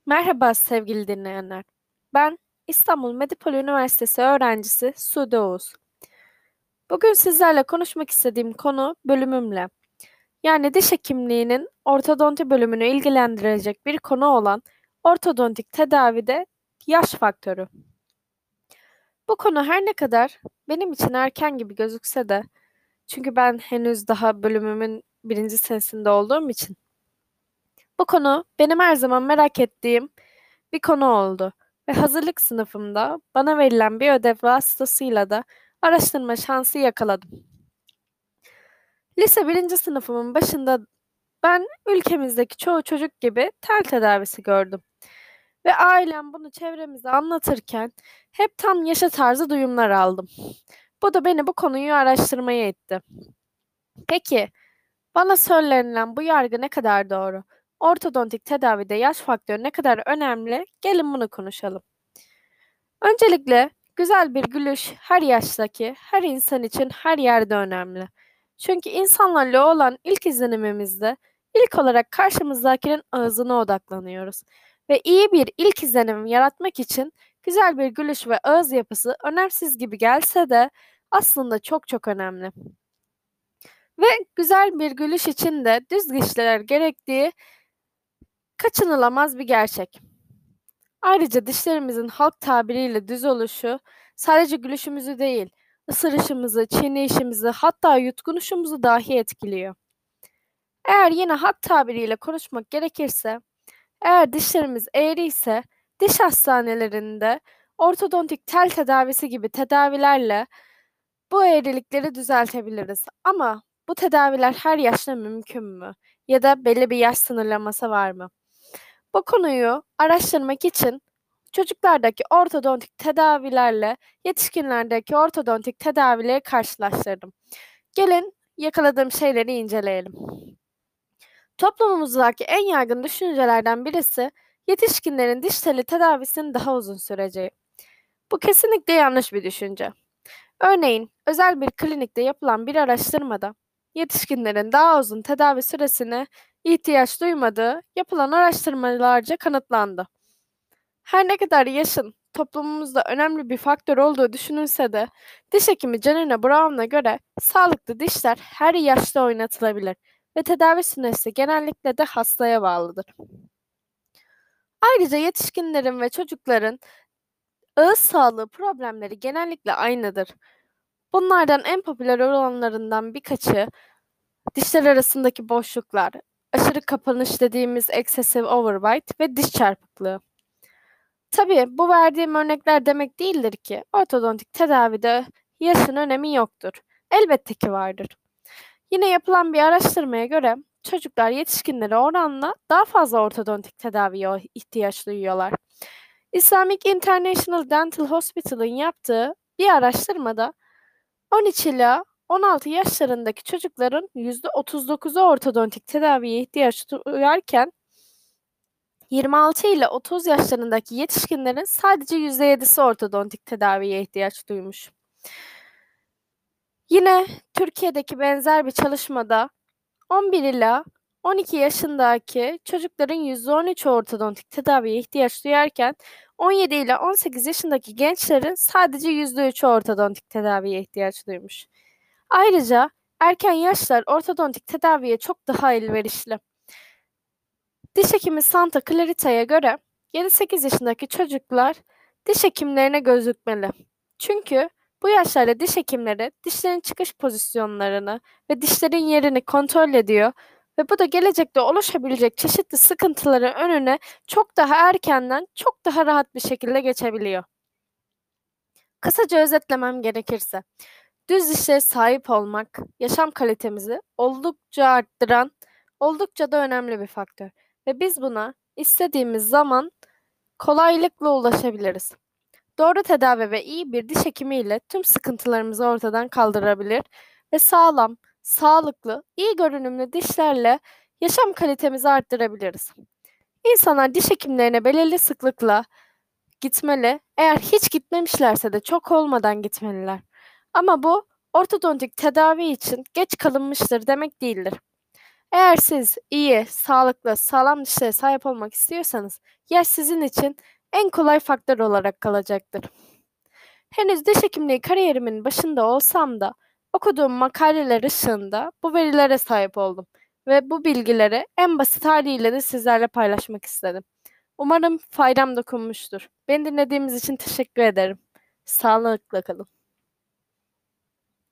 Merhaba sevgili dinleyenler. Ben İstanbul Medipol Üniversitesi öğrencisi Sude Oğuz. Bugün sizlerle konuşmak istediğim konu bölümümle, yani diş hekimliğinin ortodonti bölümünü ilgilendirecek bir konu olan ortodontik tedavide yaş faktörü. Bu konu her ne kadar benim için erken gibi gözükse de, çünkü ben henüz daha bölümümün birinci senesinde olduğum için, bu konu benim her zaman merak ettiğim bir konu oldu ve hazırlık sınıfımda bana verilen bir ödev vasıtasıyla da araştırma şansı yakaladım. Lise birinci sınıfımın başında ben ülkemizdeki çoğu çocuk gibi tel tedavisi gördüm ve ailem bunu çevremize anlatırken hep tam yaşa tarzı duyumlar aldım. Bu da beni bu konuyu araştırmaya itti. Peki, bana söylenilen bu yargı ne kadar doğru? Ortodontik tedavide yaş faktörü ne kadar önemli? Gelin bunu konuşalım. Öncelikle güzel bir gülüş her yaştaki, her insan için her yerde önemli. Çünkü insanlarla olan ilk izlenimimizde ilk olarak karşımızdakinin ağzına odaklanıyoruz. Ve iyi bir ilk izlenim yaratmak için güzel bir gülüş ve ağız yapısı önemsiz gibi gelse de aslında çok çok önemli. Ve güzel bir gülüş için de düz dişler gerektiği kaçınılamaz bir gerçek. Ayrıca dişlerimizin halk tabiriyle düz oluşu sadece gülüşümüzü değil, ısırışımızı, çiğneyişimizi, hatta yutkunuşumuzu dahi etkiliyor. Eğer yine halk tabiriyle konuşmak gerekirse, eğer dişlerimiz eğri ise diş hastanelerinde ortodontik tel tedavisi gibi tedavilerle bu eğrilikleri düzeltebiliriz. Ama bu tedaviler her yaşta mümkün mü? Ya da belli bir yaş sınırlaması var mı? Bu konuyu araştırmak için çocuklardaki ortodontik tedavilerle yetişkinlerdeki ortodontik tedavileri karşılaştırdım. Gelin yakaladığım şeyleri inceleyelim. Toplumumuzdaki en yaygın düşüncelerden birisi yetişkinlerin diş teli tedavisinin daha uzun süreceği. Bu kesinlikle yanlış bir düşünce. Örneğin özel bir klinikte yapılan bir araştırmada yetişkinlerin daha uzun tedavi süresine ihtiyaç duymadığı yapılan araştırmalarca kanıtlandı. Her ne kadar yaşın toplumumuzda önemli bir faktör olduğu düşünülse de diş hekimi Canina Brown'a göre sağlıklı dişler her yaşta oynatılabilir ve tedavi süresi genellikle de hastaya bağlıdır. Ayrıca yetişkinlerin ve çocukların ağız sağlığı problemleri genellikle aynıdır. Bunlardan en popüler olanlarından birkaçı dişler arasındaki boşluklar, aşırı kapanış dediğimiz excessive overbite ve diş çarpıklığı. Tabii bu verdiğim örnekler demek değildir ki ortodontik tedavide yaşın önemi yoktur. Elbette ki vardır. Yine yapılan bir araştırmaya göre çocuklar yetişkinlere oranla daha fazla ortodontik tedaviye ihtiyaç duyuyorlar. Islamic International Dental Hospital'ın yaptığı bir araştırmada 13 ila 16 yaşlarındaki çocukların %39'u ortodontik tedaviye ihtiyaç duyarken 26 ile 30 yaşlarındaki yetişkinlerin sadece %7'si ortodontik tedaviye ihtiyaç duymuş. Yine Türkiye'deki benzer bir çalışmada 11 ila 12 yaşındaki çocukların %13'ü ortodontik tedaviye ihtiyaç duyarken 17 ile 18 yaşındaki gençlerin sadece %3'ü ortodontik tedaviye ihtiyaç duymuş. Ayrıca erken yaşlar ortodontik tedaviye çok daha elverişli. Diş hekimi Santa Clarita'ya göre 7-8 yaşındaki çocuklar diş hekimlerine gözükmeli. Çünkü bu yaşlarda diş hekimleri dişlerin çıkış pozisyonlarını ve dişlerin yerini kontrol ediyor ve bu da gelecekte oluşabilecek çeşitli sıkıntıların önüne çok daha erkenden, çok daha rahat bir şekilde geçebiliyor. Kısaca özetlemem gerekirse, düz dişlere sahip olmak, yaşam kalitemizi oldukça arttıran, oldukça da önemli bir faktör. Ve biz buna istediğimiz zaman kolaylıkla ulaşabiliriz. Doğru tedavi ve iyi bir diş hekimiyle tüm sıkıntılarımızı ortadan kaldırabilir ve sağlam, sağlıklı, iyi görünümlü dişlerle yaşam kalitemizi arttırabiliriz. İnsanlar diş hekimlerine belirli sıklıkla gitmeli. Eğer hiç gitmemişlerse de çok olmadan gitmeliler. Ama bu ortodontik tedavi için geç kalınmıştır demek değildir. Eğer siz iyi, sağlıklı, sağlam dişlere sahip olmak istiyorsanız yaş sizin için en kolay faktör olarak kalacaktır. Henüz diş hekimliği kariyerimin başında olsam da okuduğum makaleler ışığında bu verilere sahip oldum ve bu bilgileri en basit haliyle de sizlerle paylaşmak istedim. Umarım faydam dokunmuştur. Beni dinlediğiniz için teşekkür ederim. Sağlıkla kalın.